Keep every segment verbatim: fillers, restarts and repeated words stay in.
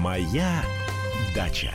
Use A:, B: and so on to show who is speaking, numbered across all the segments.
A: Моя дача.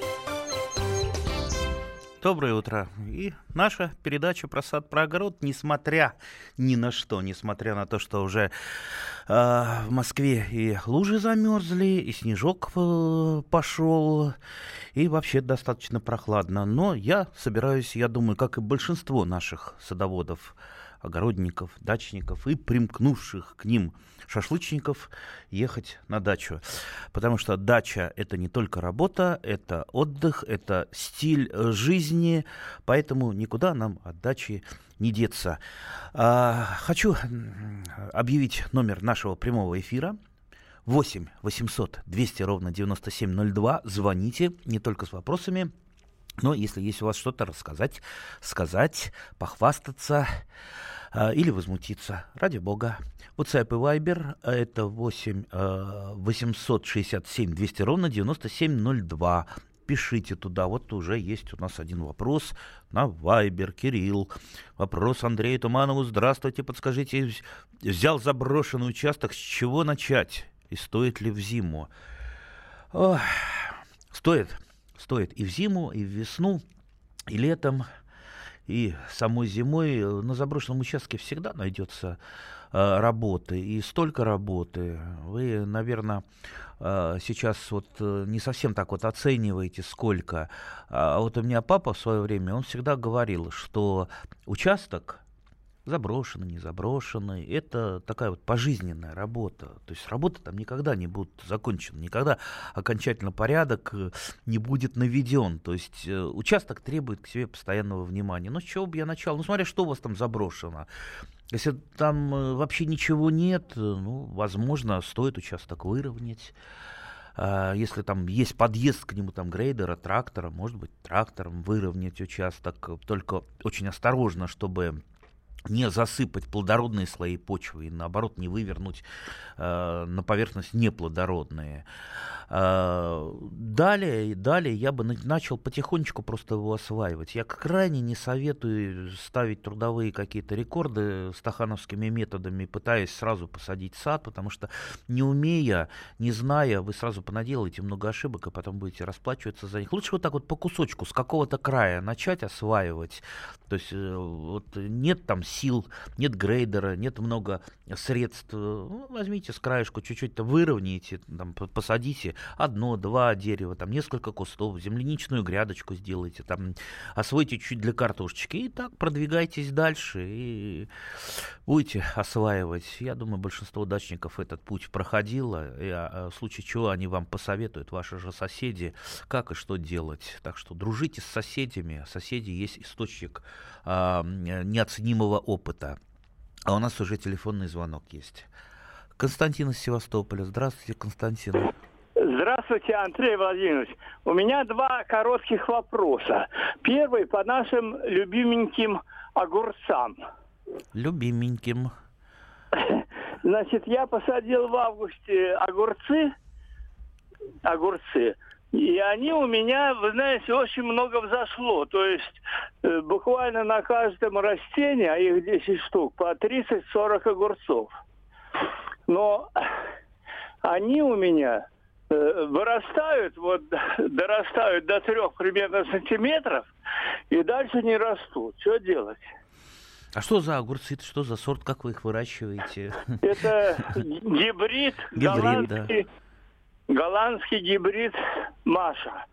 B: Доброе утро. И наша передача про сад, про огород, несмотря ни на что, несмотря на то, что уже э, в Москве и лужи замерзли, и снежок э, пошел, и вообще достаточно прохладно. Но я собираюсь, я думаю, как и большинство наших садоводов, огородников, дачников и примкнувших к ним шашлычников, ехать на дачу. Потому что дача — это не только работа, это отдых, это стиль жизни, поэтому никуда нам от дачи не деться. А, хочу объявить номер нашего прямого эфира. восемь восемьсот двести ровно девяносто семь ноль два. Звоните не только с вопросами, но если есть у вас что-то рассказать, сказать, похвастаться э, или возмутиться, ради бога. WhatsApp и Viber — это восемь восемьсот шестьдесят семь двести ровно девяносто семь ноль два. Пишите туда. Вот уже есть у нас один вопрос на Viber. Кирилл. Вопрос Андрею Туманову. Здравствуйте, подскажите, взял заброшенный участок, с чего начать? И стоит ли в зиму? Ох, стоит. Стоит и в зиму, и в весну, и летом, и самой зимой. На заброшенном участке всегда найдется э, работы, и столько работы. Вы, наверное, э, сейчас вот э, не совсем так вот оцениваете, сколько. А вот у меня папа в свое время, он всегда говорил, что участок, заброшенный, не заброшенный, это такая вот пожизненная работа. То есть работа там никогда не будет закончена, никогда окончательно порядок не будет наведен. То есть э, участок требует к себе постоянного внимания. Ну, с чего бы я начал? Ну, смотря, что у вас там заброшено. Если там э, вообще ничего нет, ну, возможно, стоит участок выровнять. А если там есть подъезд к нему, там, грейдера, трактора, может быть, трактором выровнять участок. Только очень осторожно, чтобы не засыпать плодородные слои почвы и, наоборот, не вывернуть э, на поверхность неплодородные. Э, далее, далее я бы начал потихонечку просто его осваивать. Я крайне не советую ставить трудовые какие-то рекорды стахановскими методами, пытаясь сразу посадить сад, потому что, не умея, не зная, вы сразу понаделаете много ошибок, и потом будете расплачиваться за них. Лучше вот так вот по кусочку, с какого-то края начать осваивать. То есть э, вот нет там сил, нет грейдера, нет много средств. Ну, возьмите с краешку, чуть-чуть-то выровняйте, там, посадите одно-два дерева, там, несколько кустов, земляничную грядочку сделайте, там, освойте чуть для картошечки, и так продвигайтесь дальше, и будете осваивать. Я думаю, большинство дачников этот путь проходило, и а, в случае чего они вам посоветуют, ваши же соседи, как и что делать. Так что дружите с соседями. Соседи есть источник а, неоценимого опыта. А у нас уже телефонный звонок есть. Константин из Севастополя. Здравствуйте, Константин.
C: Здравствуйте, Андрей Владимирович. У меня два коротких вопроса. Первый по нашим любименьким огурцам.
B: Любименьким.
C: Значит, я посадил в августе огурцы, огурцы, и они у меня, вы знаете, очень много взошло. То есть э, буквально на каждом растении, а их десять штук, по тридцать-сорок огурцов. Но они у меня э, вырастают, вот дорастают до трех примерно сантиметров, и дальше не растут. Что делать?
B: А что за огурцы? Что за сорт? Как вы их выращиваете?
C: Это гибрид,
B: Гибрид, да.
C: голландский, голландский гибрид Маша.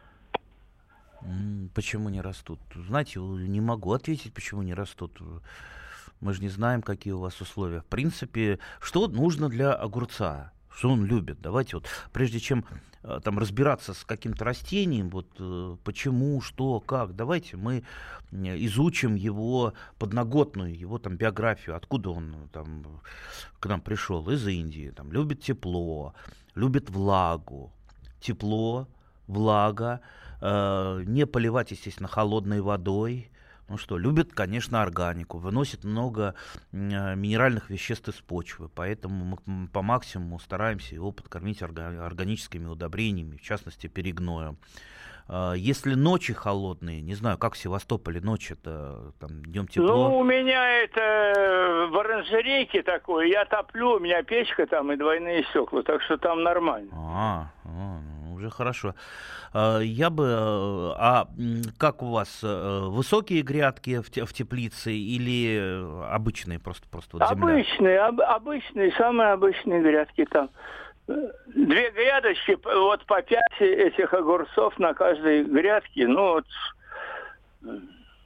B: Почему не растут? Знаете, не могу ответить, почему не растут. Мы же не знаем, какие у вас условия. В принципе, что нужно для огурца? Что он любит? Давайте вот, прежде чем э, там разбираться с каким-то растением, вот э, почему, что, как, давайте мы изучим его подноготную, его там биографию, откуда он там к нам пришел, из Индии, там любит тепло, любит влагу, тепло, влага, э, не поливать, естественно, холодной водой. Ну что, любит, конечно, органику, выносит много э, минеральных веществ из почвы, поэтому мы по максимуму стараемся его подкормить орга- органическими удобрениями, в частности, перегноем. Э, если ночи холодные, не знаю, как в Севастополе ночи-то, там днем тепло.
C: Ну, у меня это в оранжерейке такое, я топлю, у меня печка там и двойные стекла, так что там нормально.
B: А, а, уже хорошо. Я бы... А как у вас, высокие грядки в теплице или обычные просто, просто вот земля?
C: Обычные, об, обычные, самые обычные грядки там. Две грядочки, вот по пять этих огурцов на каждой грядке. Ну вот,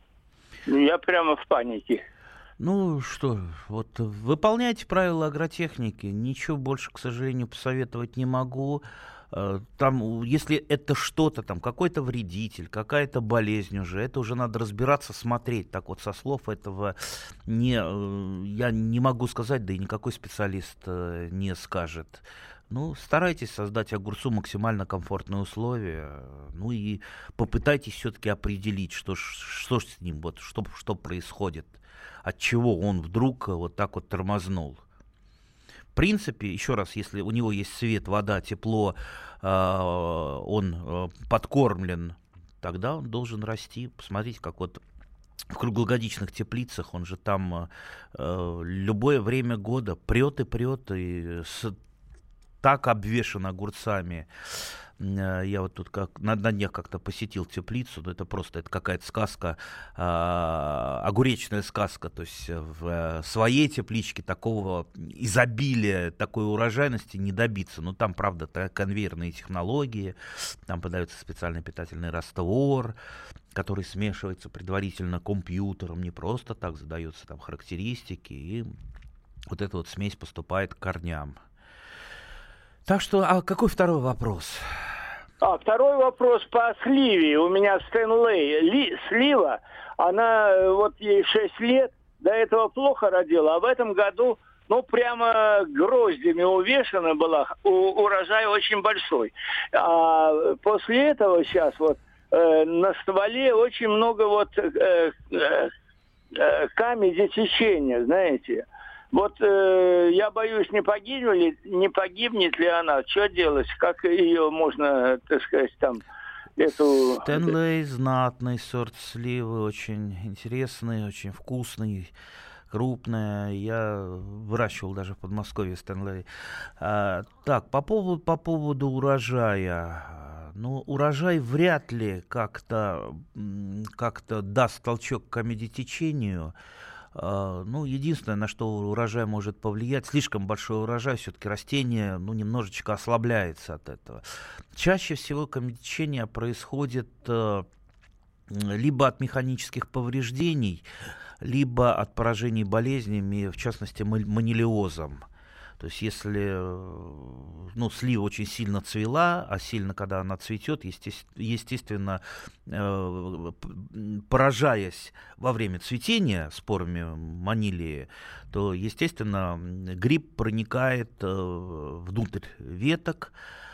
C: я прямо в панике.
B: Ну что, вот выполняйте правила агротехники. Ничего больше, к сожалению, посоветовать не могу. Там, если это что-то, там, какой-то вредитель, какая-то болезнь уже, это уже надо разбираться, смотреть. Так вот, со слов этого не, я не могу сказать, да и никакой специалист не скажет. Ну, старайтесь создать огурцу максимально комфортные условия, ну и попытайтесь все-таки определить, что, что с ним, вот, что, что происходит. От чего он вдруг вот так вот тормознул. В принципе, еще раз, если у него есть свет, вода, тепло, э, он э, подкормлен, тогда он должен расти. Посмотрите, как вот в круглогодичных теплицах, он же там э, любое время года прет и прет, и с, так обвешан огурцами. Я вот тут как, на, на днях как-то посетил теплицу, но это просто это какая-то сказка, э, огуречная сказка, то есть в э, своей тепличке такого изобилия, такой урожайности не добиться. Но там, правда, конвейерные технологии, там подается специальный питательный раствор, который смешивается предварительно компьютером, не просто так задаются там характеристики, и вот эта вот смесь поступает к корням. Так что, а какой второй вопрос?
C: А, второй вопрос по сливе. У меня Стэнлей. Ли, слива, она, вот ей шесть лет, до этого плохо родила, а в этом году, ну, прямо гроздями увешана была, у, урожай очень большой. А после этого сейчас вот э, на стволе очень много вот э, э, э, камедей течения, знаете. Вот э, я боюсь, не погибнет, не погибнет ли она, что делать, как ее можно, так сказать, там, эту...
B: Стэнлей знатный сорт сливы, очень интересный, очень вкусный, крупная. Я выращивал даже в Подмосковье Стэнлей. А, так, по поводу, по поводу урожая. Ну, урожай вряд ли как-то, как-то даст толчок к камедитечению. Ну, единственное, на что урожай может повлиять, слишком большой урожай, все-таки растение, ну, немножечко ослабляется от этого. Чаще всего камедитечение происходит э, либо от механических повреждений, либо от поражений болезнями, в частности, манилиозом. То есть, если, ну, слива очень сильно цвела, а сильно, когда она цветет, естественно, поражаясь во время цветения спорами манилии, то, естественно, гриб проникает внутрь веток,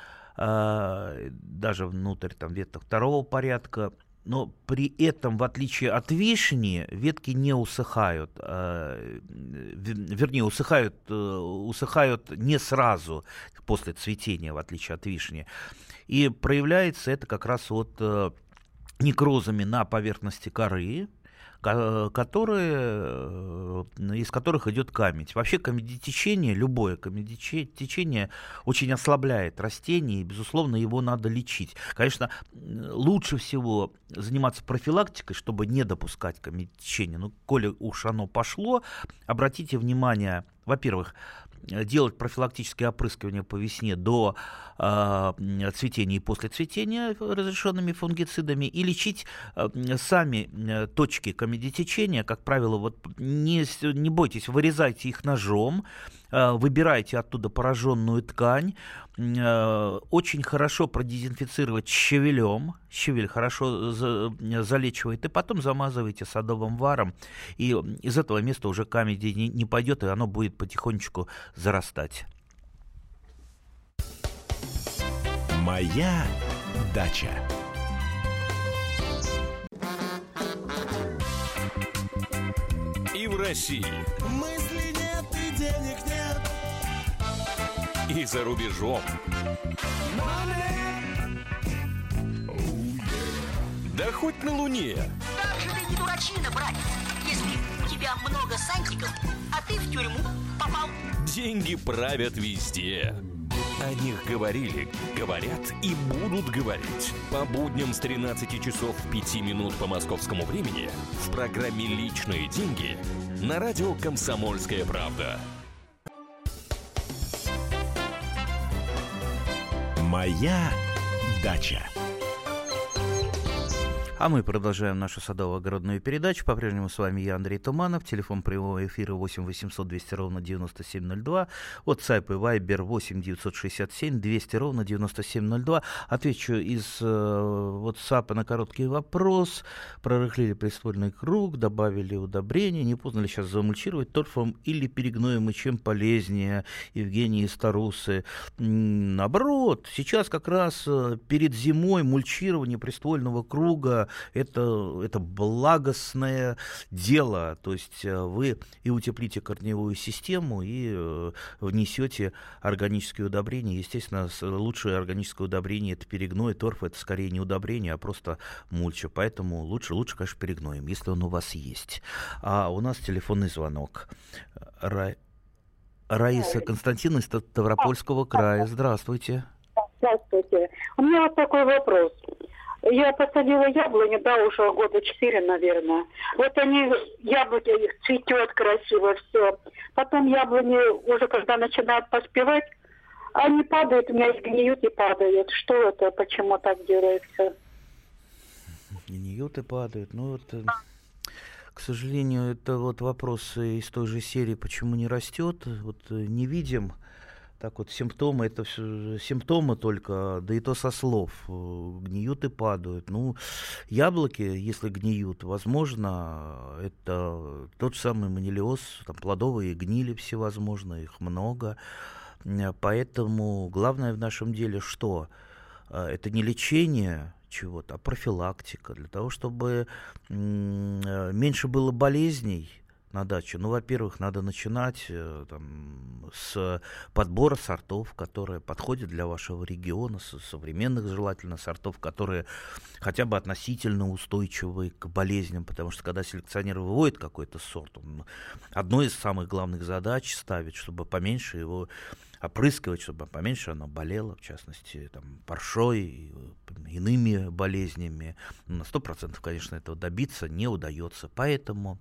B: даже внутрь там, веток второго порядка. Но при этом, в отличие от вишни, ветки не усыхают, э, вернее, усыхают, э, усыхают не сразу после цветения, в отличие от вишни. И проявляется это как раз от э, некрозами на поверхности коры, которые, из которых идет камедь. Вообще камедитечение, любое камедитечение очень ослабляет растение, и, безусловно, его надо лечить. Конечно, лучше всего заниматься профилактикой, чтобы не допускать камедитечения. Ну, коли уж оно пошло, обратите внимание, во-первых, делать профилактические опрыскивания по весне до э, цветения и после цветения разрешенными фунгицидами и лечить э, сами э, точки камедитечения, как правило, вот не, не бойтесь, вырезайте их ножом, э, выбирайте оттуда пораженную ткань, э, очень хорошо продезинфицировать щавелем, щавель хорошо за, залечивает, и потом замазывайте садовым варом, и из этого места уже камедь не, не пойдет, и оно будет потихонечку зарастать.
A: Моя дача. И в России.
D: Мысли нет и денег нет.
A: И за рубежом. Да хоть на Луне.
E: Как же ты не дурачина, братец, если у тебя много сантиков, а ты в тюрьму попал.
A: Деньги правят везде. О них говорили, говорят и будут говорить. По будням с тринадцати часов пяти минут по московскому времени в программе «Личные деньги» на радио «Комсомольская правда». Моя дача.
B: А мы продолжаем нашу садово-огородную передачу. По-прежнему с вами я, Андрей Туманов. Телефон прямого эфира восемь восемьсот двести ровно девяносто семь ноль два. WhatsApp и Viber восемь девятьсот шестьдесят семь двести ровно девяносто семь ноль два. Отвечу из э, WhatsApp на короткий вопрос. Прорыхлили приствольный круг, добавили удобрения. Не поздно ли сейчас замульчировать торфом или перегноем, и чем полезнее? Евгений из Тарусы. Наоборот, сейчас как раз перед зимой мульчирование приствольного круга Это, это благостное дело, то есть вы и утеплите корневую систему, и внесете органические удобрения. Естественно, лучшее органическое удобрение — это перегной, торф — это скорее не удобрение, а просто мульча, поэтому лучше, лучше, конечно, перегноем, если он у вас есть. А у нас телефонный звонок. Ра... Раиса Константиновна из Ставропольского края, здравствуйте.
F: Здравствуйте. У меня вот такой вопрос. Я посадила яблони, да, уже года четыре, наверное. Вот они, яблоки, их цветет красиво все. Потом яблони уже, когда начинают поспевать, они падают, у меня их гниют и падают. Что это, почему так делается?
B: Гниют и падают. Ну, это, к сожалению, это вот вопрос из той же серии, почему не растет. Вот не видим. Так вот, симптомы, это все симптомы только, да и то со слов. Гниют и падают. Ну, яблоки, если гниют, возможно, это тот же самый манилиоз, там плодовые гнили всевозможно, их много. Поэтому главное в нашем деле что? Это не лечение чего-то, а профилактика. Для того, чтобы меньше было болезней на даче. Ну, во-первых, надо начинать э, там, с подбора сортов, которые подходят для вашего региона, с современных желательно сортов, которые хотя бы относительно устойчивы к болезням, потому что когда селекционер выводит какой-то сорт, он одной из самых главных задач ставит, чтобы поменьше его опрыскивать, чтобы поменьше оно болело, в частности, там, паршой и иными болезнями. На сто процентов, конечно, этого добиться не удается, поэтому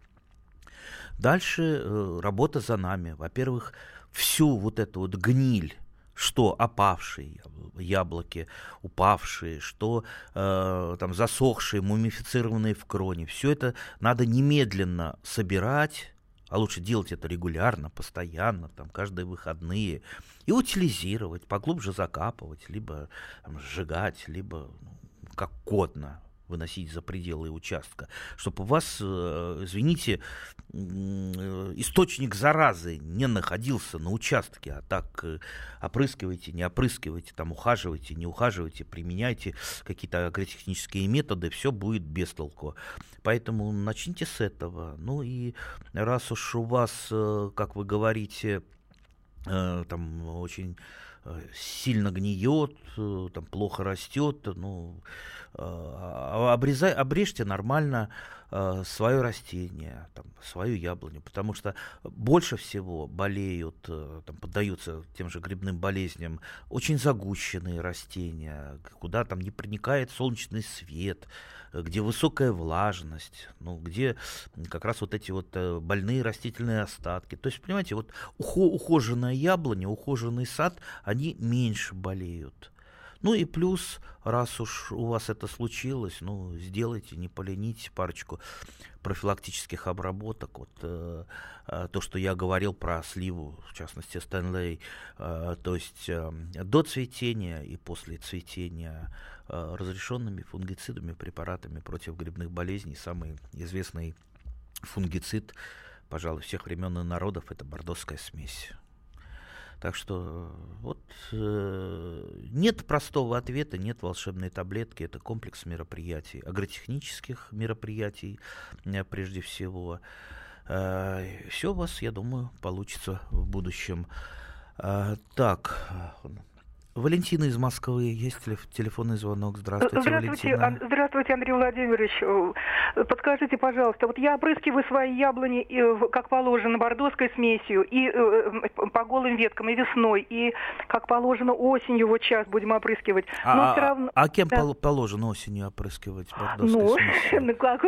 B: дальше э, работа за нами. Во-первых, всю вот эту вот гниль, что опавшие яблоки, упавшие, что э, там засохшие, мумифицированные в кроне, все это надо немедленно собирать, а лучше делать это регулярно, постоянно, там, каждые выходные, и утилизировать, поглубже закапывать, либо там, сжигать, либо ну, как угодно выносить за пределы участка, чтобы у вас, извините, источник заразы не находился на участке, а так опрыскивайте, не опрыскивайте, там ухаживайте, не ухаживайте, применяйте какие-то агротехнические методы, все будет без толку. Поэтому начните с этого. Ну и раз уж у вас, как вы говорите, там очень сильно гниет, там плохо растет, ну, обрезай, обрежьте нормально свое растение, там, свою яблоню, потому что больше всего болеют, там, поддаются тем же грибным болезням очень загущенные растения, куда там не проникает солнечный свет, где высокая влажность, ну, где как раз вот эти вот больные растительные остатки. То есть, понимаете, вот ухоженная яблоня, ухоженный сад, они меньше болеют. Ну и плюс, раз уж у вас это случилось, ну, сделайте, не поленитесь, парочку профилактических обработок. Вот э, э, то, что я говорил про сливу, в частности, Стэнлей, э, то есть э, до цветения и после цветения э, разрешенными фунгицидами, препаратами против грибных болезней. Самый известный фунгицид, пожалуй, всех времен и народов — это бордоская смесь. Так что вот э, нет простого ответа, нет волшебной таблетки, это комплекс мероприятий, агротехнических мероприятий э, прежде всего. Э, все у вас, я думаю, получится в будущем. Э, так, Валентина из Москвы. Есть ли телефонный звонок? Здравствуйте,
G: Здравствуйте,
B: Валентина.
G: Ан- здравствуйте, Андрей Владимирович. Подскажите, пожалуйста, вот я опрыскиваю свои яблони, как положено, бордоской смесью, и э, по голым веткам, и весной, и, как положено, осенью, вот сейчас будем опрыскивать. Но
B: А,
G: все равно...
B: а кем
G: да.
B: пол- положено осенью опрыскивать бордоской
G: Ну,
B: смесью?
G: ну, как,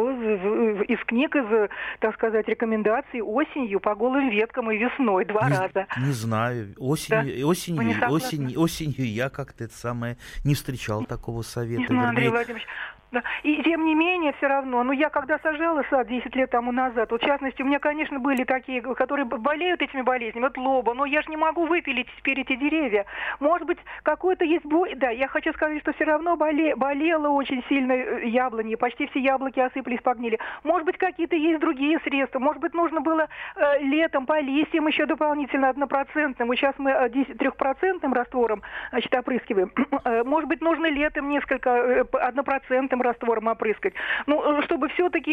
G: ну, из книг, из, так сказать, рекомендаций осенью по голым веткам и весной два
B: не,
G: раза.
B: Не знаю. Осенью,
G: Да?
B: осенью,
G: Вы не согласны?
B: осенью, осенью я как-то это самое не встречал такого совета.
G: Не знаю, Андрей
B: Вернее,
G: Владимирович. Да. И тем не менее, все равно, ну я когда сажала сад десять лет тому назад, вот в частности, у меня, конечно, были такие, которые болеют этими болезнями, вот лоба, но я же не могу выпилить теперь эти деревья. Может быть, какой-то есть бой, да, я хочу сказать, что все равно боле... болело очень сильно яблони, почти все яблоки осыпались, погнили. Может быть, какие-то есть другие средства, может быть, нужно было э, летом по листьям еще дополнительно однопроцентным, вот сейчас мы трехпроцентным раствором, значит, опрыскиваем. Может быть, нужно летом несколько э, однопроцентным раствором опрыскать. Ну, чтобы все-таки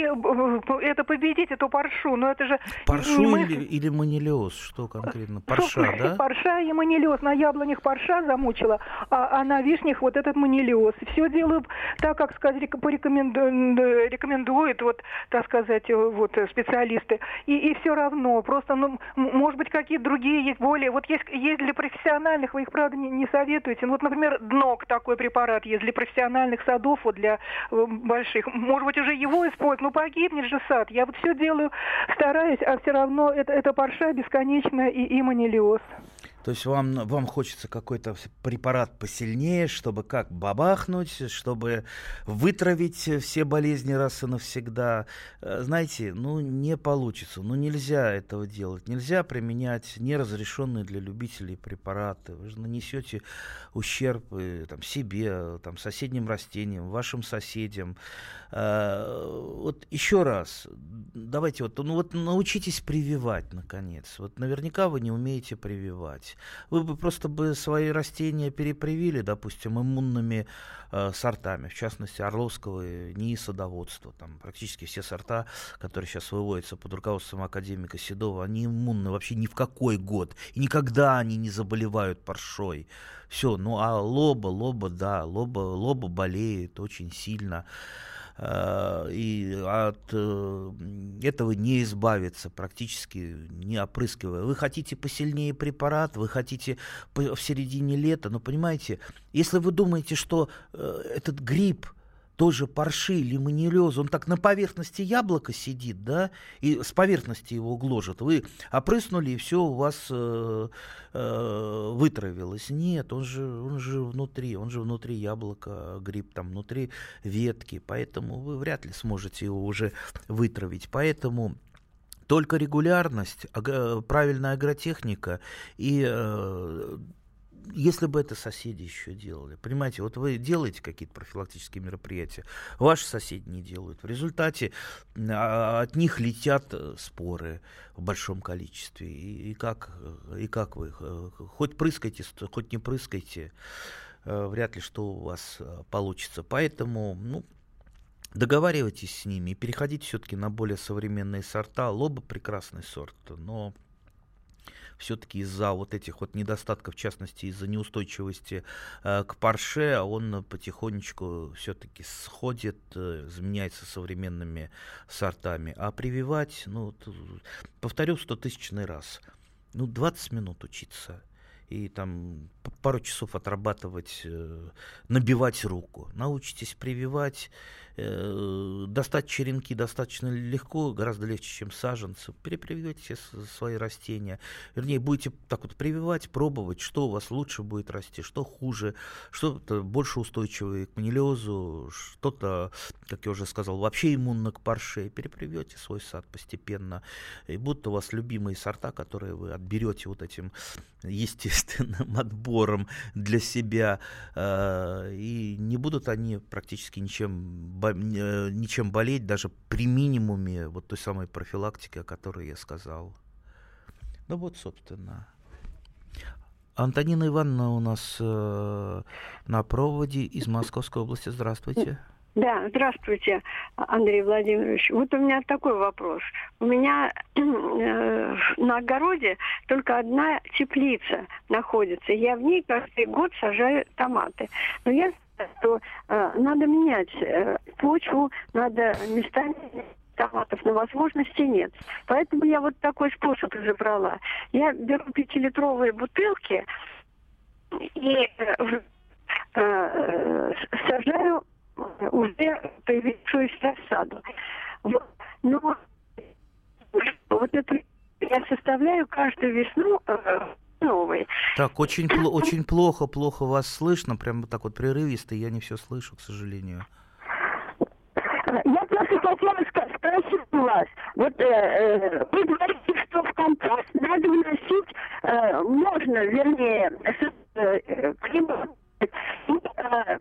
G: это победить, эту паршу, но это же...
B: Паршу
G: мы...
B: или, или манилиоз? Что конкретно? Парша,
G: Что,
B: да?
G: Парша и манилиоз. На яблонях парша замучила, а, а на вишнях вот этот манилиоз. Все делаю так, как сказать, порекоменду... рекомендуют, вот, так сказать, вот, специалисты. И, и все равно. Просто, ну, может быть, какие-то другие есть более... Вот есть, есть для профессиональных, вы их, правда, не, не советуете. Ну, вот, например, Днок, такой препарат есть для профессиональных садов, вот для больших. Может быть, уже его используют, но погибнет же сад. Я вот все делаю, стараюсь, а все равно это, это парша бесконечная и, и манилиоз.
B: То есть вам, вам хочется какой-то препарат посильнее, чтобы как бабахнуть, чтобы вытравить все болезни раз и навсегда. Знаете, ну не получится, ну нельзя этого делать. Нельзя применять неразрешенные для любителей препараты. Вы же нанесете ущерб там, себе, там, соседним растениям, вашим соседям. Вот еще раз, давайте вот, ну вот научитесь прививать, наконец. Вот наверняка вы не умеете прививать. Вы бы просто бы свои растения перепривили, допустим, иммунными э, сортами, в частности, орловского НИИ садоводства. Там практически все сорта, которые сейчас выводятся под руководством академика Седова, они иммунны вообще ни в какой год. И никогда они не заболевают паршой. Все, ну а лоба, лоба, да, лоба, лоба болеет очень сильно. И от этого не избавиться, практически не опрыскивая. Вы хотите посильнее препарат, вы хотите в середине лета, но понимаете, если вы думаете, что этот гриб тоже парши или манилиоз, он так на поверхности яблока сидит, да, и с поверхности его гложет. Вы опрыснули, и все у вас э, э, вытравилось. Нет, он же, он же внутри, он же внутри яблока, гриб там внутри ветки, поэтому вы вряд ли сможете его уже вытравить. Поэтому только регулярность, правильная агротехника и э, если бы это соседи еще делали. Понимаете, вот вы делаете какие-то профилактические мероприятия, ваши соседи не делают. В результате от них летят споры в большом количестве. И, и, как, и как вы? Хоть прыскайте, хоть не прыскайте, вряд ли что у вас получится. Поэтому, ну, договаривайтесь с ними и переходите все-таки на более современные сорта. Лоба прекрасный сорт, но все-таки из-за вот этих вот недостатков, в частности, из-за неустойчивости э, к парше, он потихонечку все-таки сходит, э, заменяется современными сортами. А прививать, ну, повторю стотысячный раз, ну, двадцать минут учиться и там пару часов отрабатывать, э, набивать руку. Научитесь прививать, э, достать черенки достаточно легко, гораздо легче, чем саженцы. Перепрививайте свои растения. Вернее, будете так вот прививать, пробовать, что у вас лучше будет расти, что хуже, что-то больше устойчивое к манилиозу, что-то, как я уже сказал, вообще иммунно к парше. Перепрививайте свой сад постепенно. И будут у вас любимые сорта, которые вы отберете вот этим естественным отбором для себя, и не будут они практически ничем, ничем болеть, даже при минимуме вот той самой профилактики, о которой я сказал. Ну вот, собственно. Антонина Ивановна у нас на проводе из Московской области. Здравствуйте.
H: Да, здравствуйте, Андрей Владимирович. Вот у меня такой вопрос. У меня э, на огороде только одна теплица находится. Я в ней каждый год сажаю томаты. Но я знаю, что э, надо менять э, почву, надо местами томатов, но возможности нет. Поэтому я вот такой способ изобрала. Я беру пятилитровые бутылки и э, э, сажаю уже появившуюся рассаду. Вот. Но вот это я составляю каждую весну э, новый.
B: Так, очень, пло- очень плохо, плохо вас слышно, прям вот так вот прерывисто, я не все слышу, к сожалению.
H: Я просто хотела спросить у вас, вот э, э, вы говорите, что в компост надо вносить, э, можно, вернее, э, климат, э,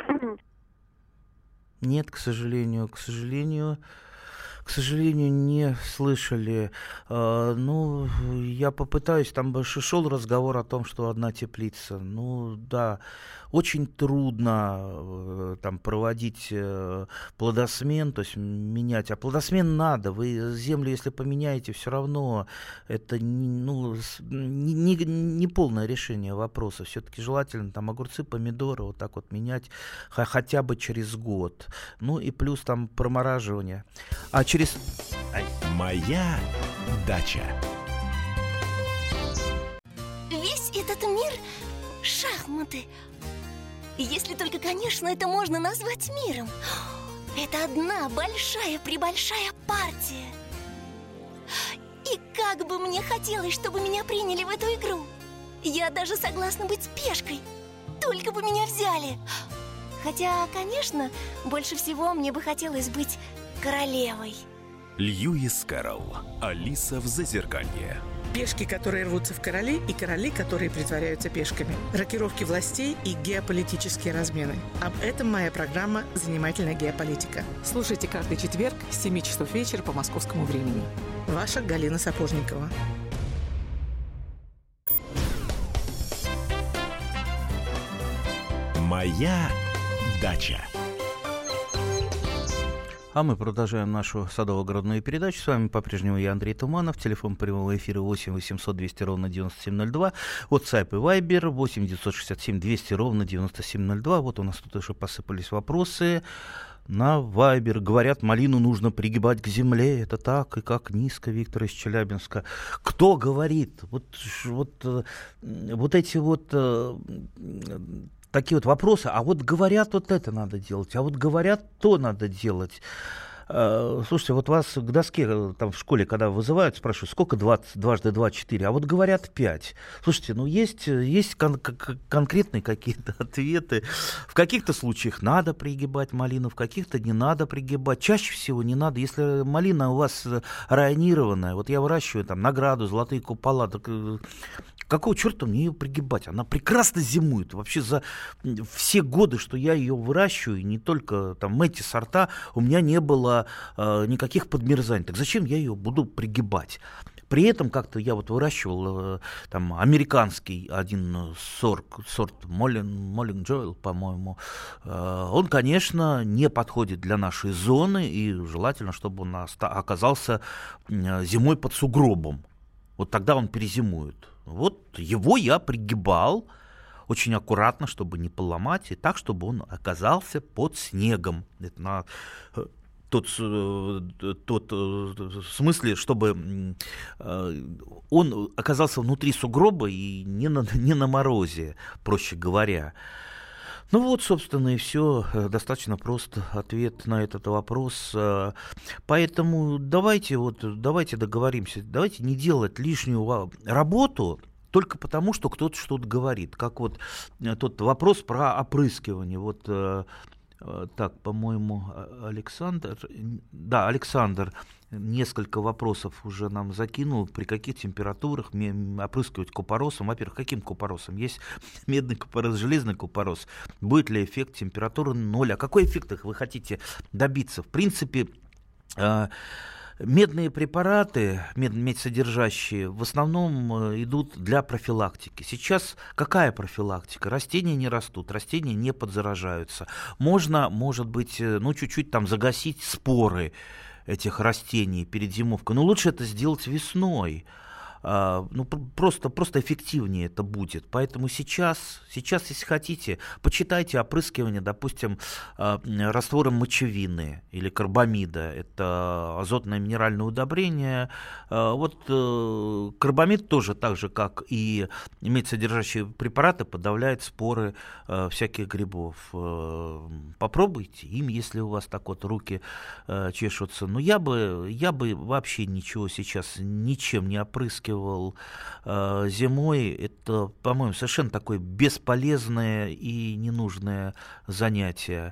B: Нет, к сожалению, к сожалению, к сожалению, не слышали. Э, ну, я попытаюсь, там бы шел разговор о том, что одна теплица. Ну, да, очень трудно э, там проводить э, плодосмен, то есть менять. А плодосмен надо. Вы землю, если поменяете, все равно это ну, не, не, не полное решение вопроса. Все-таки желательно там огурцы, помидоры вот так вот менять х- хотя бы через год. Ну и плюс там промораживание. А через... Ай.
A: Моя дача.
E: Весь этот мир — шахматы. Если только, конечно, это можно назвать миром. Это одна большая-пребольшая партия. И как бы мне хотелось, чтобы меня приняли в эту игру. Я даже согласна быть пешкой. Только бы меня взяли. Хотя, конечно, больше всего мне бы хотелось быть королевой.
A: Льюис Кэрролл. Алиса в Зазеркалье.
I: Пешки, которые рвутся в короли, и короли, которые притворяются пешками. Рокировки властей и геополитические размены. Об этом моя программа «Занимательная геополитика».
J: Слушайте каждый четверг с семи часов вечера по московскому времени.
I: Ваша Галина Сапожникова.
A: Моя дача.
B: А мы продолжаем нашу садово-огородную передачу. С вами по-прежнему я, Андрей Туманов. Телефон прямого эфира восемь восемьсот двести ровно девяносто семь ноль два. WhatsApp и Viber восемь девятьсот шестьдесят семь двести ровно девяносто семь ноль два. Вот у нас тут уже посыпались вопросы. На Viber говорят, малину нужно пригибать к земле. Это так и как низко, Виктор из Челябинска. Кто говорит? Вот, вот, вот эти вот... такие вот вопросы, а вот говорят, вот это надо делать, а вот говорят, то надо делать. Слушайте, вот вас к доске там в школе, когда вызывают, спрашивают, сколько двадцать, дважды два, четыре, а вот говорят пять. Слушайте, ну есть, есть кон- конкретные какие-то ответы. В каких-то случаях надо пригибать малину, в каких-то не надо пригибать. Чаще всего не надо. Если малина у вас районированная, вот я выращиваю там награду, золотые купола, так какого черта мне ее пригибать? Она прекрасно зимует. Вообще за все годы, что я ее выращиваю, не только там эти сорта, у меня не было э, никаких подмерзаний. Так зачем я ее буду пригибать? При этом как-то я вот выращивал э, там американский один сорт, сорт Моллинг Джоэл, по-моему. Э, он, конечно, не подходит для нашей зоны, и желательно, чтобы он оказался э, зимой под сугробом. Вот тогда он перезимует. Вот его я пригибал очень аккуратно, чтобы не поломать, и так, чтобы он оказался под снегом. Это на тот, тот в смысле, чтобы он оказался внутри сугроба и не на, не на морозе, проще говоря. Ну вот, собственно, и все. Достаточно просто ответ на этот вопрос. Поэтому давайте, вот, давайте договоримся, давайте не делать лишнюю работу только потому, что кто-то что-то говорит. Как вот тот вопрос про опрыскивание. Вот так, по-моему, Александр... Да, Александр несколько вопросов уже нам закинул. При каких температурах опрыскивать купоросом? Во-первых, каким купоросом? Есть медный купорос, железный купорос. Будет ли эффект температуры ноль? А какой эффект вы хотите добиться? В принципе, Медные препараты, мед, медсодержащие, в основном идут для профилактики. Сейчас какая профилактика? Растения не растут, растения не подзаражаются. Можно, может быть, ну, чуть-чуть там загасить споры этих растений перед зимовкой, но лучше это сделать весной. Ну, просто, просто эффективнее это будет. Поэтому сейчас, сейчас, если хотите, почитайте опрыскивание, допустим, раствором мочевины или карбамида. Это азотное минеральное удобрение. Вот карбамид тоже, так же, как и медсодержащие препараты, подавляет споры всяких грибов. Попробуйте им, если у вас так вот руки чешутся. Но я бы, я бы вообще ничего сейчас ничем не опрыскивал э, зимой. Это, по-моему, совершенно такое бесполезное и ненужное занятие.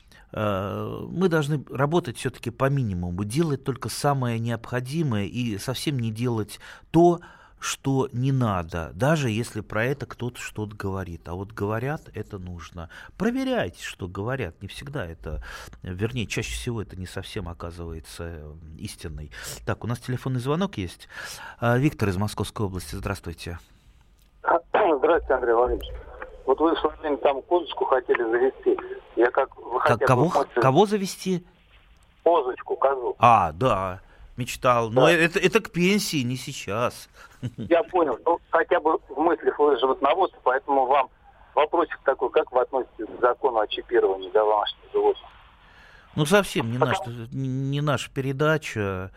B: Э, мы должны работать все-таки по минимуму, делать только самое необходимое и совсем не делать то, что не надо, даже если про это кто-то что-то говорит. А вот говорят, это нужно. Проверяйте, что говорят. Не всегда это, вернее, чаще всего это не совсем оказывается истинной. Так, у нас телефонный звонок есть. Виктор из Московской области. Здравствуйте.
K: Здравствуйте, Андрей Владимирович. Вот вы в свое время там козочку хотели завести. Я как...
B: как кого? Смотрите, кого завести?
K: Козочку, козу.
B: А, да. Мечтал. Да. Но это, это к пенсии, не сейчас.
K: Я понял. Ну, хотя бы в мыслях вы животноводцы, поэтому вам вопросик такой, как вы относитесь к закону о чипировании домашних животных?
B: Ну, совсем не, наш, не наша передача.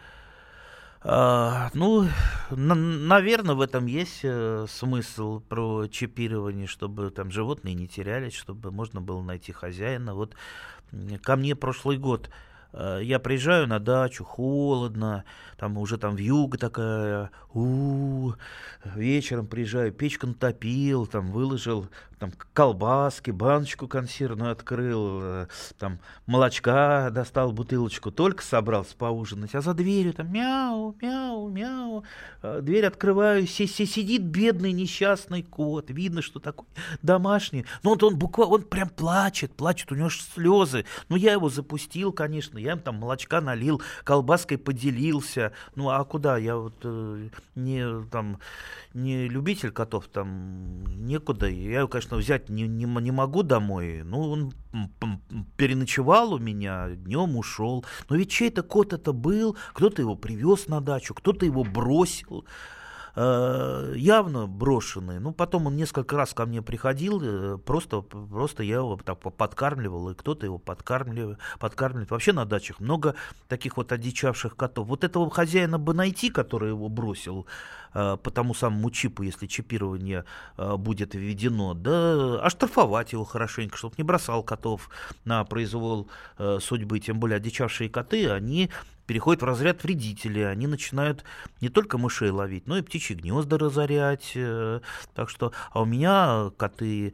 B: А, ну, на, наверное, в этом есть э, смысл про чипирование, чтобы там животные не терялись, чтобы можно было найти хозяина. Вот ко мне прошлый год я приезжаю на дачу, холодно, там уже там вьюга такая, у-у-у, вечером приезжаю, печку натопил, там выложил там колбаски, баночку консервную открыл, там молочка достал, бутылочку, только собрался поужинать, а за дверью там мяу, мяу, мяу, дверь открываю, сидит бедный несчастный кот, видно, что такой домашний, но он, он буквально, он прям плачет, плачет, у него слезы, ну я его запустил, конечно, я им там молочка налил, колбаской поделился, ну а куда, я вот э, не там не любитель котов, там некуда, я его, конечно, взять не, не, не могу домой, ну он переночевал у меня, днем ушел, но ведь чей-то кот это был, кто-то его привез на дачу, кто-то его бросил, э, явно брошенный, ну потом он несколько раз ко мне приходил, э, просто, просто я его так подкармливал, и кто-то его подкармливает, подкармливает. Вообще на дачах много таких вот одичавших котов. Вот этого хозяина бы найти, который его бросил, по тому самому чипу, если чипирование э, будет введено, да оштрафовать его хорошенько, чтобы не бросал котов на произвол э, судьбы, тем более одичавшие коты, они переходят в разряд вредителей, они начинают не только мышей ловить, но и птичьи гнезда разорять, э, так что, а у меня коты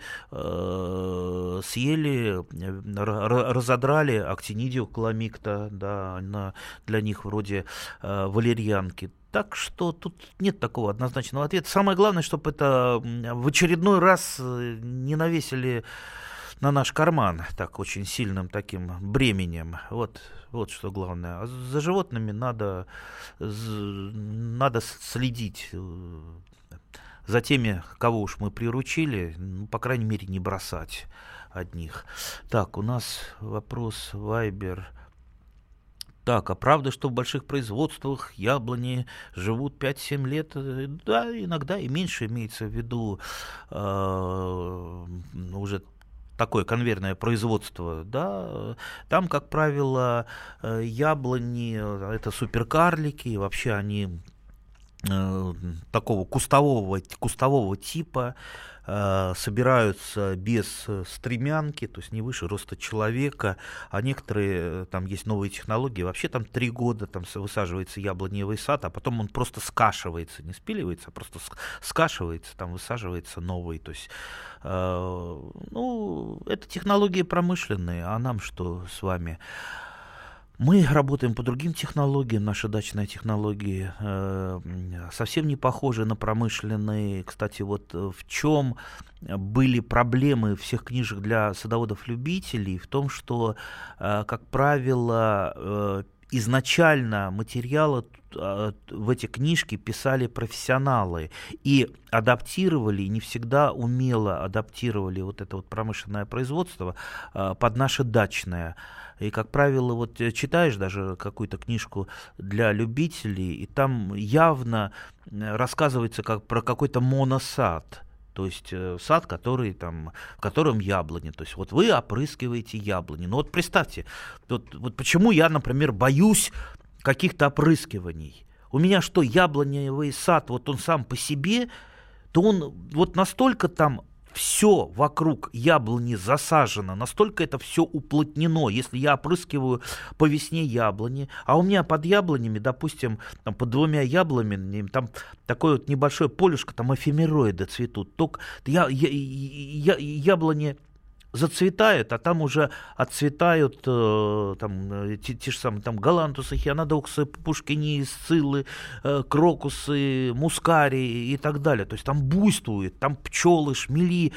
B: э, съели, р- разодрали актинидию каламикта, да, на, для них вроде э, валерьянки. Так что тут нет такого однозначного ответа. Самое главное, чтобы это в очередной раз не навесили на наш карман так очень сильным таким бременем. Вот, вот что главное. А за животными надо, надо следить. За теми, кого уж мы приручили, ну, по крайней мере, не бросать одних. Так, у нас вопрос Вайбер. Так, а правда, что в больших производствах яблони живут пять-семь лет? Да, иногда и меньше, имеется в виду э, уже такое конвейерное производство, да, там, как правило, яблони, это суперкарлики, вообще они э, такого кустового, кустового типа, собираются без стремянки, то есть не выше роста человека, а некоторые, там есть новые технологии, вообще там три года там высаживается яблоневый сад, а потом он просто скашивается, не спиливается, а просто скашивается, там высаживается новый, то есть, э, ну, это технологии промышленные, а нам что с вами? Мы работаем по другим технологиям, наши дачные технологии э, совсем не похожи на промышленные. Кстати, вот в чем были проблемы всех книжек для садоводов-любителей, в том, что, э, как правило, э, изначально материалы в эти книжки писали профессионалы и адаптировали, не всегда умело адаптировали вот это вот промышленное производство под наше дачное. И, как правило, вот читаешь даже какую-то книжку для любителей, и там явно рассказывается как про какой-то моносад. То есть сад, который там, в котором яблони. То есть вот вы опрыскиваете яблони. Ну вот представьте, вот, вот почему я, например, боюсь каких-то опрыскиваний. У меня что, яблоневый сад, вот он сам по себе, то он вот настолько там все вокруг яблони засажено, настолько это все уплотнено. Если я опрыскиваю по весне яблони, а у меня под яблонями, допустим, там, под двумя яблонями, там такое вот небольшое полюшко, там эфемероиды цветут, только я, я, я, яблони зацветают, а там уже отцветают э, там, те, те же самые там, галантусы, хионадоксы, пушкини, сциллы, э, крокусы, мускарии и так далее. То есть там буйствует, там пчелы, шмели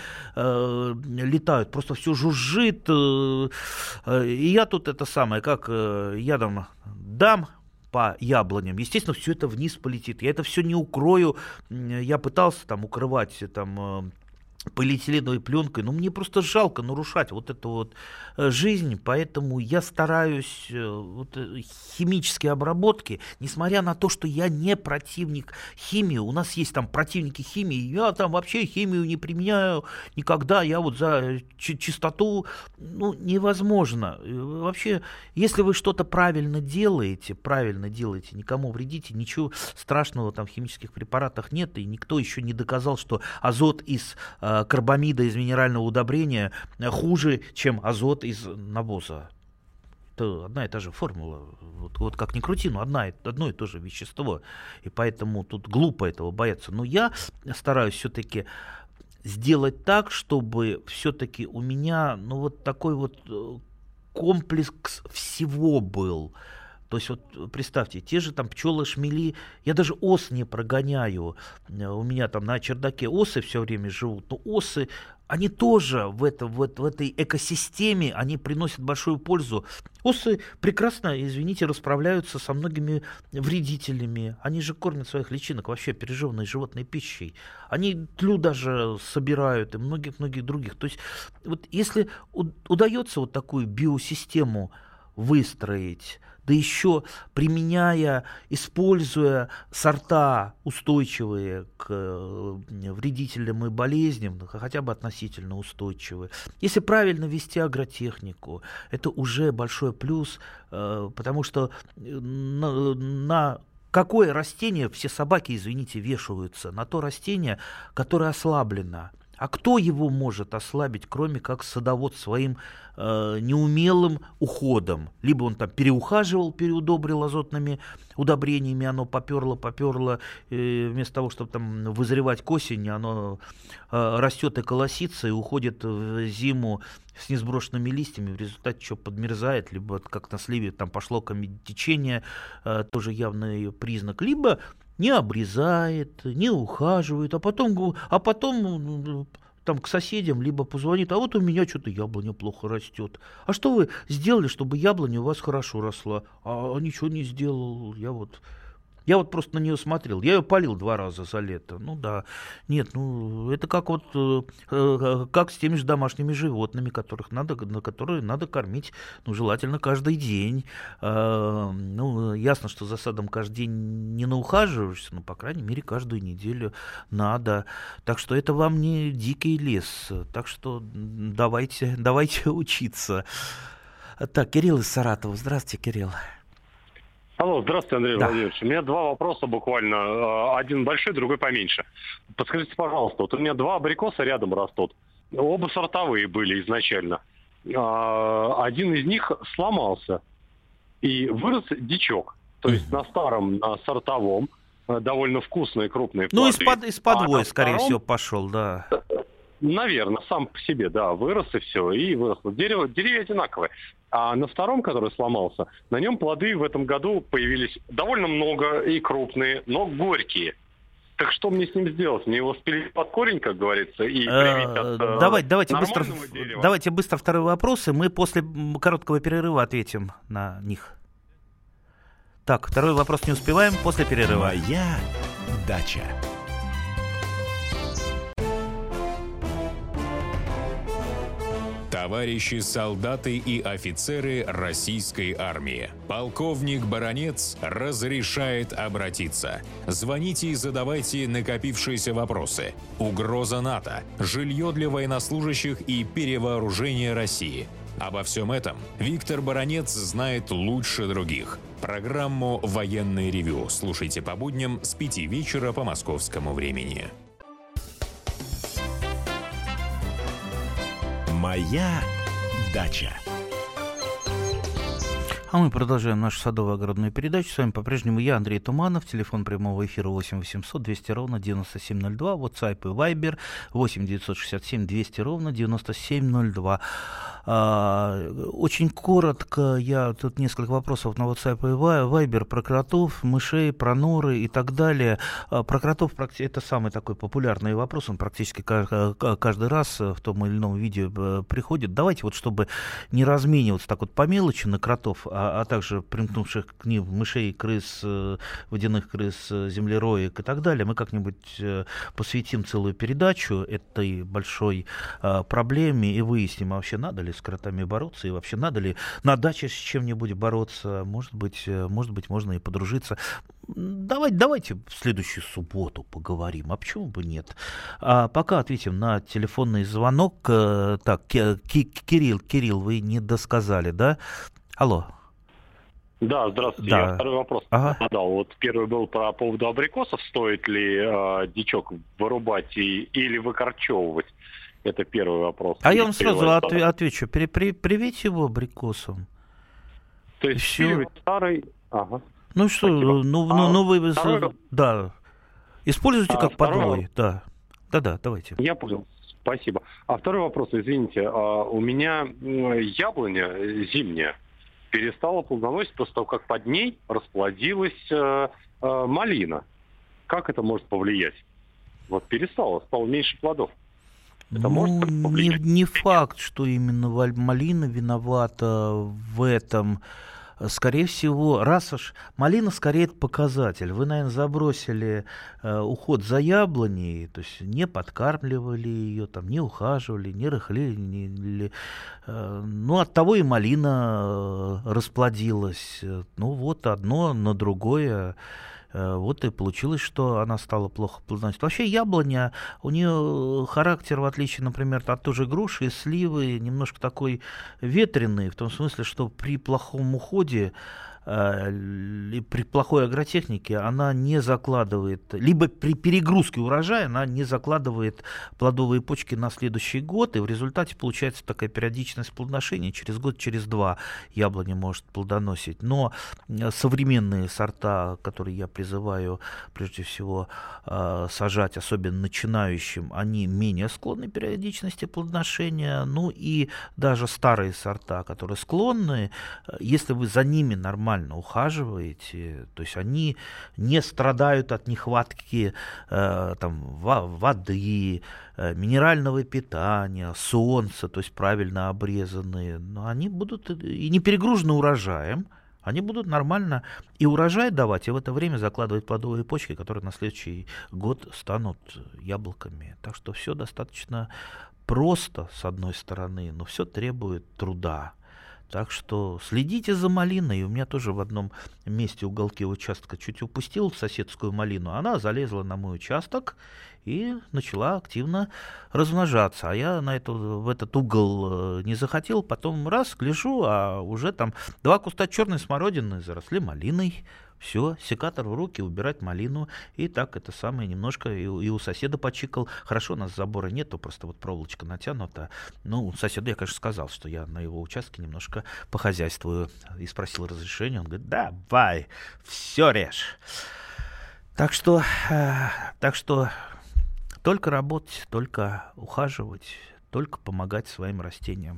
B: э, летают, просто все жужжит. Э, э, и я тут это самое, как э, я там дам по яблоням, естественно, все это вниз полетит. Я это все не укрою. Я пытался там укрывать там полиэтиленовой пленкой, но мне просто жалко нарушать вот эту вот жизнь, поэтому я стараюсь вот, химические обработки, несмотря на то, что я не противник химии, у нас есть там противники химии, я там вообще химию не применяю никогда, я вот за чи- чистоту, ну, невозможно. Вообще, если вы что-то правильно делаете, правильно делаете, никому вредите, ничего страшного там в химических препаратах нет, и никто еще не доказал, что азот из карбамида из минерального удобрения хуже, чем азот из навоза. Это одна и та же формула. Вот, вот как ни крути, но одна, одно и то же вещество. И поэтому тут глупо этого бояться. Но я стараюсь все-таки сделать так, чтобы все-таки у меня ну, вот такой вот комплекс всего был. То есть вот представьте, те же там пчелы, шмели, я даже ос не прогоняю, у меня там на чердаке осы все время живут, но осы, они тоже в, это, в, в этой экосистеме, они приносят большую пользу. Осы прекрасно, извините, расправляются со многими вредителями, они же кормят своих личинок вообще пережеванной животной пищей, они тлю даже собирают и многих-многих других. То есть вот если удается вот такую биосистему выстроить, да еще применяя, используя сорта устойчивые к вредителям и болезням, хотя бы относительно устойчивые. Если правильно вести агротехнику, это уже большой плюс, потому что на, на какое растение все собаки, извините, вешаются? На то растение, которое ослаблено. А кто его может ослабить, кроме как садовод своим э, неумелым уходом? Либо он там переухаживал, переудобрил азотными удобрениями, оно поперло, поперло, э, вместо того, чтобы там вызревать к осени, оно э, растет и колосится, и уходит в зиму с несброшенными листьями, в результате что подмерзает, либо как на сливе там пошло камедотечение, э, тоже явный признак, либо не обрезает, не ухаживает, а потом, а потом там к соседям либо позвонит, а вот у меня что-то яблоня плохо растет. А что вы сделали, чтобы яблоня у вас хорошо росла? А ничего не сделал, я вот... Я вот просто на нее смотрел. Я ее полил два раза за лето. Ну да. Нет, ну это как вот э, как с теми же домашними животными, которых надо, на которые надо кормить, ну, желательно каждый день. Э, ну, ясно, что за садом каждый день не наухаживаешься, но, по крайней мере, каждую неделю надо. Так что это вам не дикий лес. Так что давайте, давайте учиться. Так, Кирилл из Саратова. Здравствуйте, Кирилл.
L: Алло, здравствуйте, Андрей
B: да.
L: Владимирович. У меня два вопроса буквально. Один большой, другой поменьше. Подскажите, пожалуйста, вот у меня два абрикоса рядом растут. Оба сортовые были изначально. Один из них сломался. И вырос дичок. То есть на старом, на сортовом, довольно вкусные, крупные плоды.
B: Ну, из-под, из-под вой,
L: а
B: скорее
L: втором,
B: всего, пошел, да.
L: Наверное, сам по себе, да, вырос и все, и выросло. Дерево, деревья одинаковые. А на втором, который сломался, на нем плоды в этом году появились довольно много и крупные, но горькие. Так что мне с ним сделать? Мне его спилить под корень, как говорится, и привить от э,
B: Давайте, давайте быстро,
L: дерева?
B: давайте быстро второй вопрос, и мы после короткого перерыва ответим на них. Так, второй вопрос не успеваем, после перерыва.
M: Моя дача.
N: Товарищи солдаты и офицеры российской армии. Полковник Баранец разрешает обратиться. Звоните и задавайте накопившиеся вопросы. Угроза НАТО, жилье для военнослужащих и перевооружение России. Обо всем этом Виктор Баранец знает лучше других. Программу «Военное ревю» слушайте по будням с пяти вечера по московскому времени.
M: Моя дача.
B: А мы продолжаем нашу садово-огородную передачу. С вами по-прежнему я, Андрей Туманов. Телефон прямого эфира восемь восемьсот двести ровно девяносто семь ноль два. WhatsApp и Viber восемь девятьсот шестьдесят семь двести ровно девяносто семь ноль два. А, очень коротко, я тут несколько вопросов на WhatsApp и Viber про кротов, мышей, про норы и так далее. А, про кротов это самый такой популярный вопрос, он практически каждый раз в том или ином видео приходит. Давайте вот, чтобы не размениваться так вот по мелочи на кротов, а, а также примкнувших к ним мышей, крыс, водяных крыс, землероек и так далее, мы как-нибудь посвятим целую передачу этой большой а, проблеме и выясним, а вообще надо ли с кротами бороться, и вообще надо ли на даче с чем-нибудь бороться, может быть, может быть, можно и подружиться. Давайте, давайте в следующую субботу поговорим, а почему бы нет? А пока ответим на телефонный звонок. Так, Кирилл, Кирилл, вы не досказали, да? Алло.
L: Да, здравствуйте.
B: Да.
L: Я второй вопрос
B: ага.
L: задал. Вот первый был про поводу абрикосов. Стоит ли э, дичок вырубать и, или выкорчевывать? Это первый вопрос.
B: А я вам сразу от, отвечу. При, при, привейте его абрикосом.
L: То есть спиливать старый... Ага.
B: Ну что,
L: Спасибо.
B: ну,
L: а
B: ну, ну вы...
L: второй...
B: Да. Используйте
L: а
B: как
L: второй...
B: подвой. Да. Да-да, давайте.
L: Я понял. Спасибо. А второй вопрос, извините. А, у меня яблоня зимняя перестала плодоносить после того, как под ней расплодилась а, а, малина. Как это может повлиять? Вот перестала, стало меньше плодов. Это
B: ну,
L: может
B: не, не факт, что именно малина виновата в этом. Скорее всего, раз уж малина скорее это показатель. Вы, наверное, забросили э, уход за яблоней, то есть не подкармливали ее, там, не ухаживали, не рыхлили. Не, не, э, ну, оттого и малина э, расплодилась. Ну, вот одно на другое. Вот и получилось, что она стала плохо плодоносить. Вообще яблоня, у нее характер, в отличие, например, от той же груши и сливы, немножко такой ветреный, в том смысле, что при плохом уходе и при плохой агротехнике она не закладывает, либо при перегрузке урожая она не закладывает плодовые почки на следующий год, и в результате получается такая периодичность плодоношения, через год, через два яблоня может плодоносить. Но современные сорта, которые я призываю прежде всего сажать, особенно начинающим, они менее склонны к периодичности плодоношения, ну и даже старые сорта, которые склонны, если вы за ними нормально ухаживаете, то есть они не страдают от нехватки э, там, воды, э, минерального питания, солнца, то есть правильно обрезанные, но они будут и не перегружены урожаем, они будут нормально и урожай давать, и в это время закладывать плодовые почки, которые на следующий год станут яблоками. Так что все достаточно просто, с одной стороны, но все требует труда. Так что следите за малиной. У меня тоже в одном месте уголки участка чуть упустил соседскую малину. Она залезла на мой участок и начала активно размножаться. А я на эту, в этот угол не захотел. Потом раз, гляжу, а уже там два куста черной смородины заросли малиной. Все, секатор в руки, убирать малину. И так это самое немножко и, и у соседа почикал. Хорошо, у нас забора нету, просто вот проволочка натянута. Ну, соседу я, конечно, сказал, что я на его участке немножко похозяйствую. И спросил разрешения. Он говорит, давай, все режь. Так что, э, так что только работать, только ухаживать, только помогать своим растениям.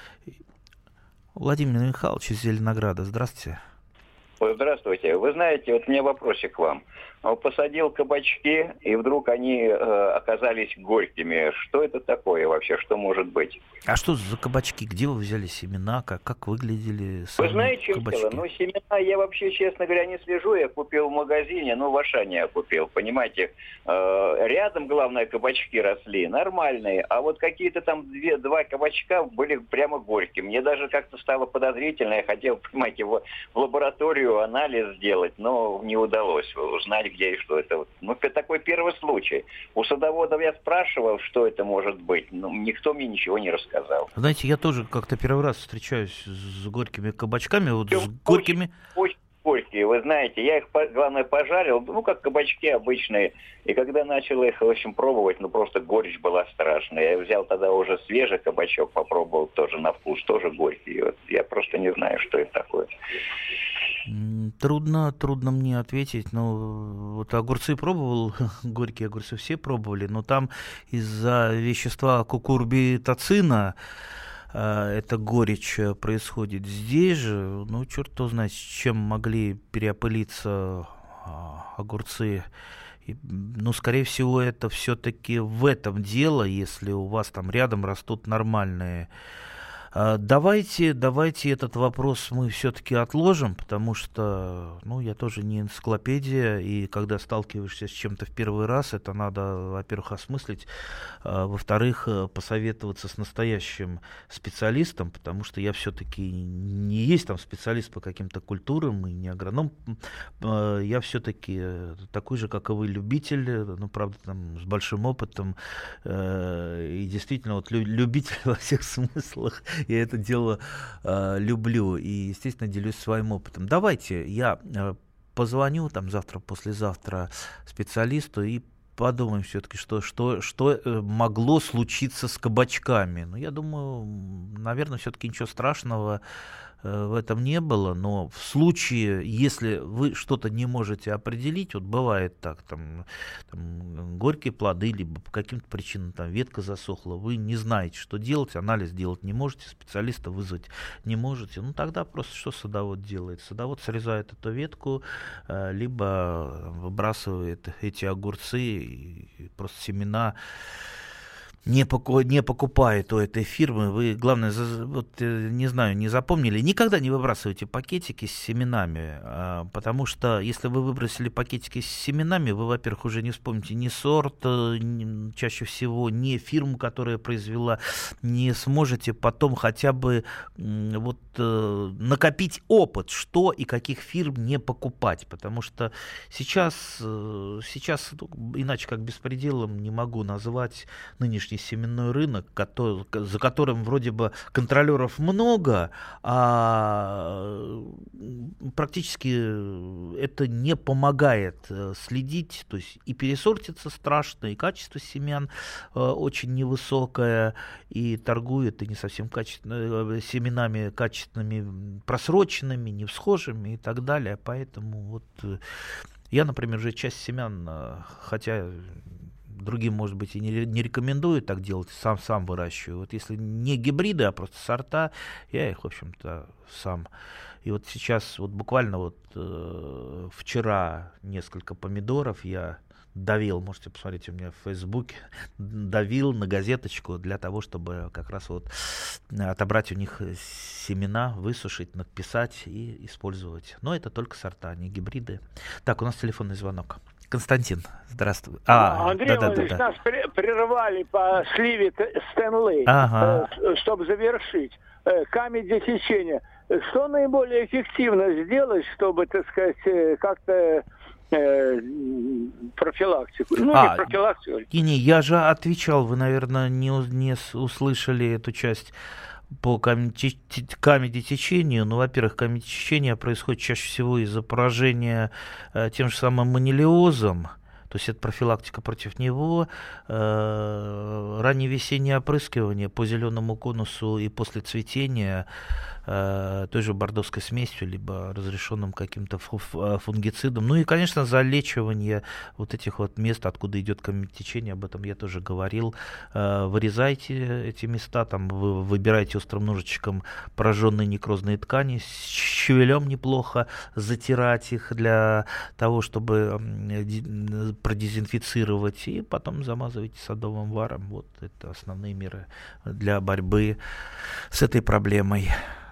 B: Владимир Михайлович из Зеленограда, здравствуйте.
O: Здравствуйте. Вы знаете, вот у меня вопросик к вам. посадил кабачки, и вдруг они э, оказались горькими. Что это такое вообще? Что может быть?
B: А что за кабачки? Где вы взяли семена? Как, как выглядели сами
O: Вы знаете,
B: кабачки?
O: Дело, ну, семена я вообще, честно говоря, не слежу. Я купил в магазине, ну, в Ашане я купил, понимаете. Э, рядом, главное, кабачки росли, нормальные. А вот какие-то там две, два кабачка были прямо горькие. Мне даже как-то стало подозрительно. Я хотел, понимаете, в, в лабораторию анализ сделать, но не удалось узнать, где и что это. Ну, такой первый случай. У садоводов я спрашивал, что это может быть, но никто мне ничего не рассказал.
B: Знаете, я тоже как-то первый раз встречаюсь с горькими кабачками, вот с горькими...
O: Очень, очень горькие, вы знаете, я их, главное, пожарил, ну, как кабачки обычные, и когда начал их, в общем, пробовать, ну, просто горечь была страшная. Я взял тогда уже свежий кабачок, попробовал тоже на вкус, тоже горький. Вот я просто не знаю, что это такое.
B: Трудно, трудно мне ответить, но вот огурцы пробовал, горькие огурцы все пробовали, но там из-за вещества кукурбитацина э, эта горечь происходит. Здесь же, ну, черт его знает, с чем могли переопылиться э, огурцы. И, ну, скорее всего, это все-таки в этом дело, если у вас там рядом растут нормальные. Давайте, давайте этот вопрос мы все-таки отложим, потому что, ну, я тоже не энциклопедия, и когда сталкиваешься с чем-то в первый раз, это надо, во-первых, осмыслить, а, во-вторых, посоветоваться с настоящим специалистом, потому что я все-таки не есть там специалист по каким-то культурам и не агроном, я все-таки такой же, как и вы, любитель, ну, правда, там, с большим опытом, и действительно, вот любитель во всех смыслах. Я это дело э, люблю и, естественно, делюсь своим опытом. Давайте я э, позвоню там завтра, послезавтра специалисту и подумаем все-таки, что, что, что могло случиться с кабачками. Ну, я думаю, наверное, все-таки ничего страшного в этом не было, но в случае, если вы что-то не можете определить, вот бывает так, там, там горькие плоды, либо по каким-то причинам там ветка засохла, вы не знаете, что делать, анализ делать не можете, специалиста вызвать не можете, ну тогда просто что садовод делает? Садовод срезает эту ветку, либо выбрасывает эти огурцы, и просто семена Не, поку, не покупает у этой фирмы. Вы, главное, за, вот, не знаю, не запомнили, никогда не выбрасывайте пакетики с семенами, а, потому что если вы выбросили пакетики с семенами, вы, во-первых, уже не вспомните ни сорт, ни, чаще всего ни фирму, которая произвела, не сможете потом хотя бы м, вот, э, накопить опыт, что и каких фирм не покупать, потому что сейчас, э, сейчас иначе как беспределом не могу назвать нынешний семенной рынок, который, за которым вроде бы контролеров много, а практически это не помогает следить, то есть и пересортиться страшно, и качество семян очень невысокое, и торгуют и не совсем качественными семенами качественными, просроченными, невсхожими и так далее, поэтому вот я, например, уже часть семян, хотя другим, может быть, и не, не рекомендую так делать, сам сам выращиваю. Вот если не гибриды, а просто сорта, я их, в общем-то, сам. И вот сейчас, вот буквально вот э, вчера несколько помидоров я давил, можете посмотреть у меня в Фейсбуке, давил на газеточку для того, чтобы как раз вот отобрать у них семена, высушить, надписать и использовать. Но это только сорта, не гибриды. Так, у нас телефонный звонок. Константин, здравствуй. А,
P: Андрей
B: да, да,
P: Иванович,
B: да, да.
P: нас прервали по сливе Стэнли,
B: ага.
P: э, чтобы завершить. Э, камень течения. Что наиболее эффективно сделать, чтобы, так сказать, э, как-то э, профилактику? Ну,
B: а,
P: не профилактику.
B: Не, не, я же отвечал, вы, наверное, не, не услышали эту часть по камедитечению. Ну, во-первых, камедитечение происходит чаще всего из-за поражения э, тем же самым манилиозом. То есть это профилактика против него, э, раннее весеннее опрыскивание по зеленому конусу и после цветения э, той же бордоской смесью, либо разрешенным каким-то фунгицидом. Ну и, конечно, залечивание вот этих вот мест, откуда идет камнетечение, об этом я тоже говорил. Э, вырезайте эти места, там, вы выбирайте острым ножичком пораженные некрозные ткани, с щавелем неплохо затирать их для того, чтобы продезинфицировать, и потом замазывайте садовым варом. Вот это основные меры для борьбы с этой проблемой.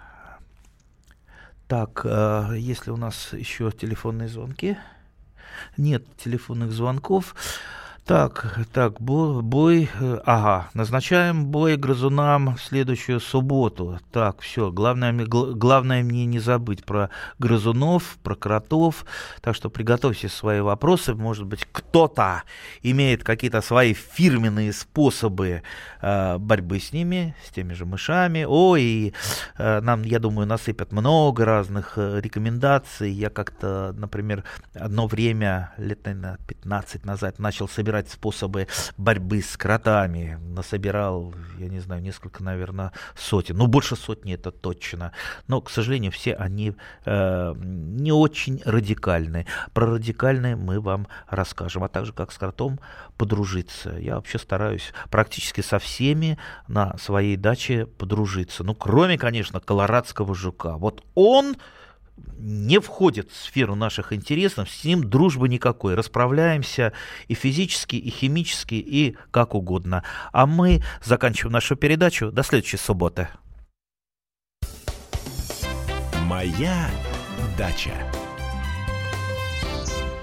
B: Так, есть ли у нас еще телефонные звонки? Нет телефонных звонков. Так, так, бой, бой, ага, назначаем бой грызунам в следующую субботу. Так, все, главное, главное мне не забыть про грызунов, про кротов, так что приготовьте свои вопросы, может быть, кто-то имеет какие-то свои фирменные способы э, борьбы с ними, с теми же мышами. Ой, и, э, нам, я думаю, насыпят много разных э, рекомендаций. Я как-то, например, одно время, лет, наверное, пятнадцать назад начал собирать способы борьбы с кротами. Насобирал, я не знаю, несколько, наверное, сотен. Ну, больше сотни, это точно. Но, к сожалению, все они э, не очень радикальные. Про радикальные мы вам расскажем. А также, как с кротом подружиться. Я вообще стараюсь практически со всеми на своей даче подружиться. Ну, кроме, конечно, колорадского жука. Вот он не входит в сферу наших интересов, с ним дружбы никакой. Расправляемся и физически, и химически, и как угодно. А мы заканчиваем нашу передачу. До следующей субботы.
M: Моя дача.